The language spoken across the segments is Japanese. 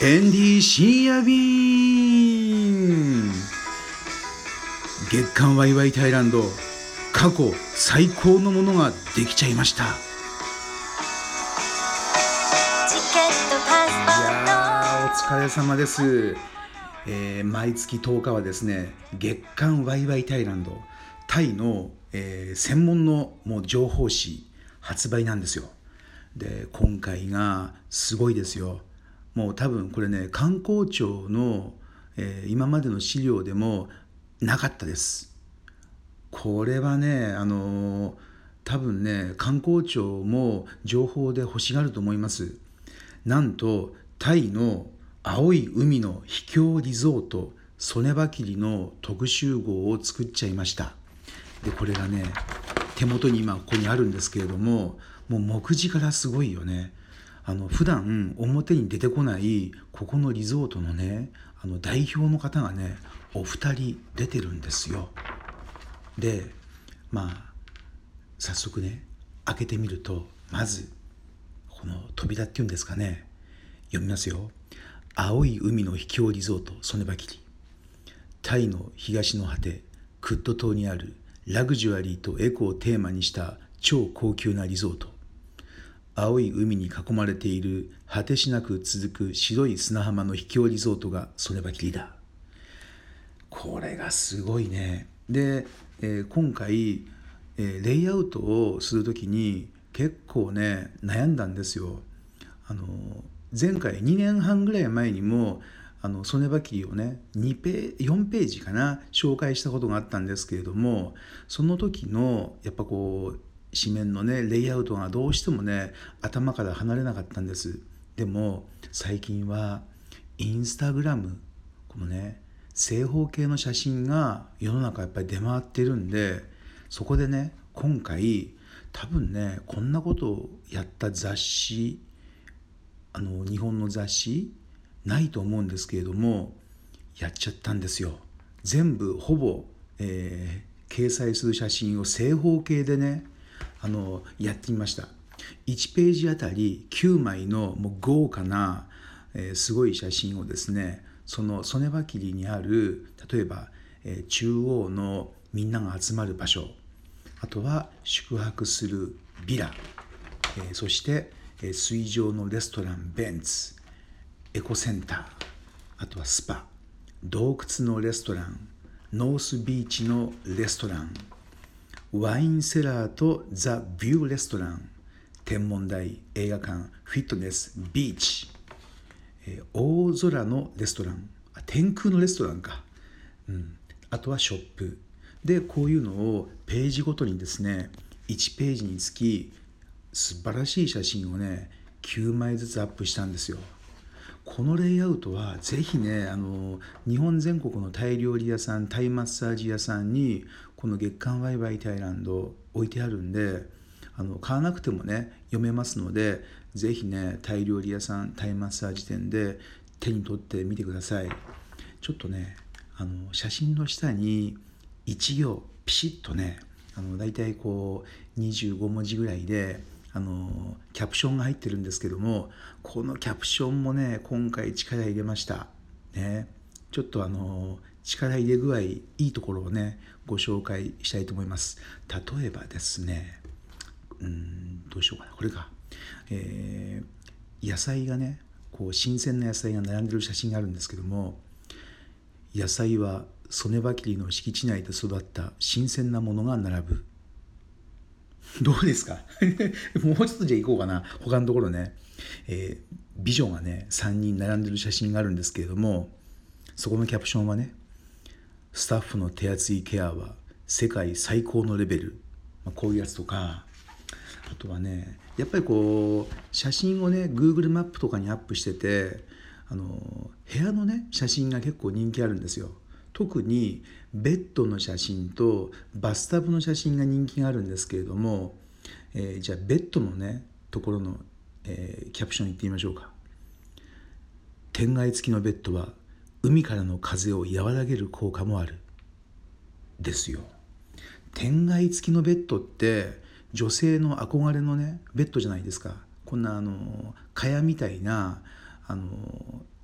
エンディ深夜便月刊ワイワイタイランド、過去最高のものができちゃいました。いやお疲れ様です。毎月10日はですね、月刊ワイワイタイランド、タイの、専門のもう情報誌発売なんですよ。で今回がすごいですよ。もう多分これね、観光庁の、今までの資料でもなかったです。これはね、多分ね、観光庁も情報で欲しがると思います。なんとタイの青い海の秘境リゾートソネバキリの特集号を作っちゃいました。でこれがね、手元に今ここにあるんですけれども、もう目次からすごいよね。普段表に出てこないここのリゾートのね、代表の方がね、お二人出てるんですよ。で早速ね、開けてみると、まずこの扉っていうんですかね、読みますよ。青い海の秘境リゾートソネバキリ、タイの東の果てクッド島にあるラグジュアリーとエコをテーマにした超高級なリゾート。青い海に囲まれている果てしなく続く白い砂浜の秘境リゾートがソネバキリだ。これがすごいね。で、今回、レイアウトをするときに結構ね悩んだんですよ。前回2年半ぐらい前にもソネバキリをね4ページかな紹介したことがあったんですけれども、その時のやっぱこう紙面のねレイアウトがどうしてもね頭から離れなかったんです。でも最近はインスタグラム、このね正方形の写真が世の中やっぱり出回ってるんで、そこでね今回多分ねこんなことをやった雑誌、日本の雑誌ないと思うんですけれども、やっちゃったんですよ。全部ほぼ、掲載する写真を正方形でねやってみました。1ページあたり9枚のもう豪華な、すごい写真をですね、そのソネバキリにある例えば、中央のみんなが集まる場所、あとは宿泊するビラ、そして、水上のレストランベンツ、エコセンター、あとはスパ、洞窟のレストラン、ノースビーチのレストラン、ワインセラーとザ・ビューレストラン、天文台、映画館、フィットネス、ビーチ、大空のレストラン、天空のレストランか、あとはショップで、こういうのをページごとにですね、1ページにつき素晴らしい写真をね9枚ずつアップしたんですよ。このレイアウトはぜひね、日本全国のタイ料理屋さん、タイマッサージ屋さんにこの月刊ワイワイタイランド置いてあるんで、買わなくてもね読めますので、ぜひねタイ料理屋さん、タイマッサージ店で手に取ってみてください。ちょっとね写真の下に1行ピシッとね、だいたいこう25文字ぐらいでキャプションが入ってるんですけども、このキャプションもね今回力入れましたね。ちょっと力入れ具合いいところをねご紹介したいと思います。例えばですね、どうしようかな、これか、野菜がねこう新鮮な野菜が並んでる写真があるんですけども、野菜はソネバキリの敷地内で育った新鮮なものが並ぶ。どうですかもうちょっとじゃあ行こうかな。他のところね、美女がね3人並んでる写真があるんですけれども、そこのキャプションはね、スタッフの手厚いケアは世界最高のレベル、こういうやつとか、あとはねやっぱりこう写真をね Google マップとかにアップしてて、部屋のね写真が結構人気あるんですよ。特にベッドの写真とバスタブの写真が人気があるんですけれども、じゃあベッドのねところの、キャプション言ってみましょうか。天蓋付きのベッドは海からの風を和らげる効果もあるですよ。天蓋付きのベッドって女性の憧れのねベッドじゃないですか。こんな蚊帳みたいな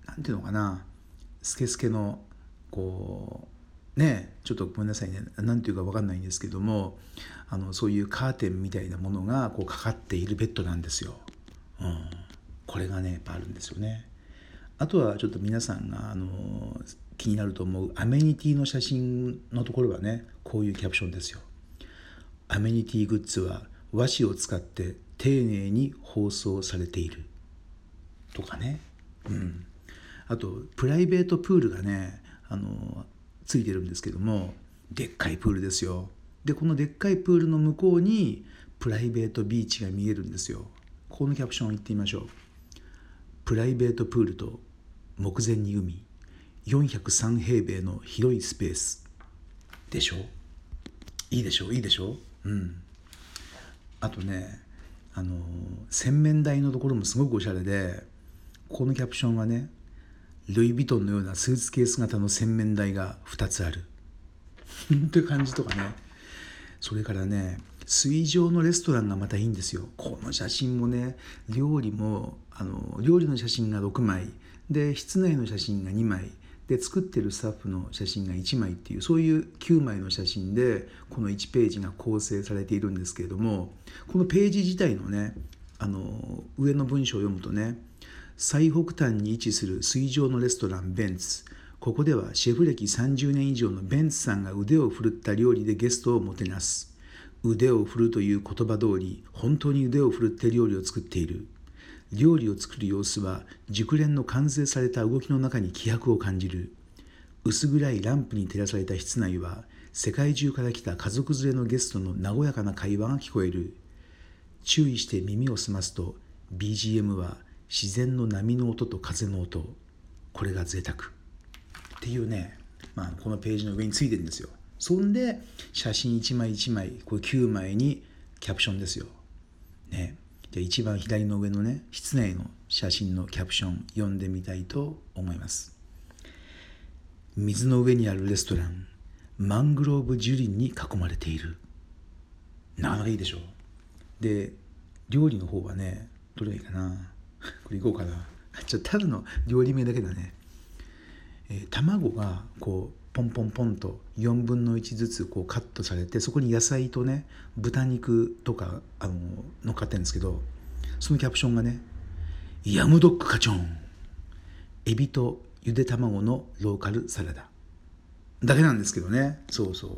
なんていうのかな、スケスケのこうね、ちょっとごめんなさいね、なんていうか分かんないんですけども、そういうカーテンみたいなものがこうかかっているベッドなんですよ。これがねやっぱあるんですよね。あとはちょっと皆さんが気になると思うアメニティの写真のところはね、こういうキャプションですよ。アメニティグッズは和紙を使って丁寧に包装されているとかね。あとプライベートプールがねついてるんですけども、でっかいプールですよ。でこのでっかいプールの向こうにプライベートビーチが見えるんですよ。このキャプションを言ってみましょう。プライベートプールと目前に海、403平米の広いスペースでしょ。いいでしょ、いいでしょ。あとね洗面台のところもすごくおしゃれで、このキャプションはね、ルイ・ヴィトンのようなスーツケース型の洗面台が2つあるって感じとかね。それからね、水上のレストランがまたいいんですよ。この写真もね、料理も料理の写真が6枚で、室内の写真が2枚で、作ってるスタッフの写真が1枚っていう、そういう9枚の写真でこの1ページが構成されているんですけれども、このページ自体のね上の文章を読むとね、最北端に位置する水上のレストランベンツ、ここではシェフ歴30年以上のベンツさんが腕を振るった料理でゲストをもてなす。腕を振るという言葉通り、本当に腕を振るって料理を作っている。料理を作る様子は熟練の完成された動きの中に気迫を感じる。薄暗いランプに照らされた室内は、世界中から来た家族連れのゲストの和やかな会話が聞こえる。注意して耳を澄ますと、 BGM は自然の波の音と風の音。これが贅沢っていうね、このページの上についてるんですよ。そんで写真一枚一枚、これ9枚にキャプションですよ。ね、じゃあ一番左の上のね、室内の写真のキャプション読んでみたいと思います。水の上にあるレストラン、マングローブ樹林に囲まれている。なかなかいいでしょ。で料理の方はね、どれがいいかなこれいこうかな。ただの料理名だけだね。卵がこうポンポンポンと4分の1ずつこうカットされて、そこに野菜とね、豚肉とか乗っかってるんですけど、そのキャプションがね、ヤムドッグカチョン、エビとゆで卵のローカルサラダだけなんですけどね。そうそう、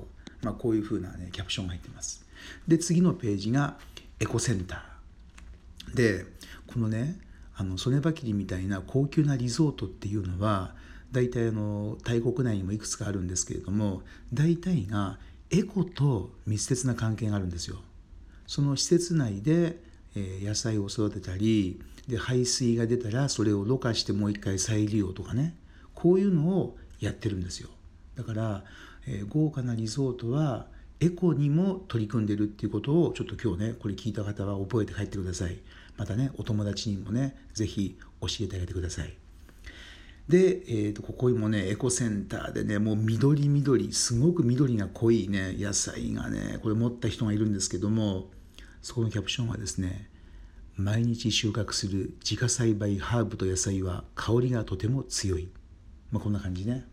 こういう風なねキャプションが入ってます。で次のページがエコセンターで、このねソネバキリみたいな高級なリゾートっていうのは、大体タイ国内にもいくつかあるんですけれども、大体がエコと密接な関係があるんですよ。その施設内で、野菜を育てたりで、排水が出たらそれをろ過してもう一回再利用とかね、こういうのをやってるんですよ。だから、豪華なリゾートはエコにも取り組んでるっていうことを、ちょっと今日ねこれ聞いた方は覚えて帰ってください。またねお友達にもねぜひ教えてあげてください。で、ここにもねエコセンターでね、もう緑、すごく緑が濃いね野菜がね、これ持った人がいるんですけども、そこのキャプションはですね、毎日収穫する自家栽培ハーブと野菜は香りがとても強い。こんな感じね。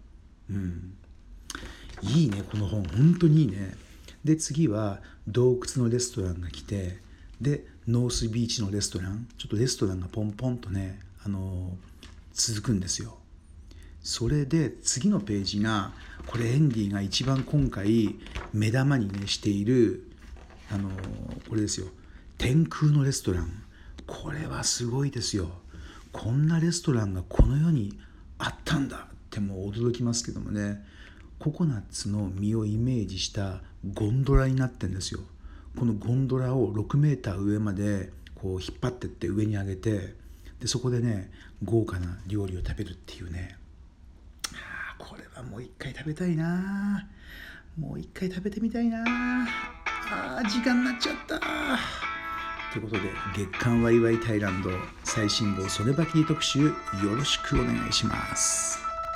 いいね、この本本当にいいね。で次は洞窟のレストランが来て、でノースビーチのレストラン、ちょっとレストランがポンポンとね続くんですよ。それで次のページが、これエンディが一番今回目玉にねしているこれですよ。天空のレストラン。これはすごいですよ。こんなレストランがこの世にあったんだってもう驚きますけどもね、ココナッツの実をイメージしたゴンドラになってるんですよ。このゴンドラを6メーター上までこう引っ張ってって上に上げて、でそこでね豪華な料理を食べるっていうね。これはもう一回食べたいな。もう一回食べてみたいな。時間になっちゃった。ということで、月刊ワイワイタイランド最新号ソネバキリ特集、よろしくお願いします。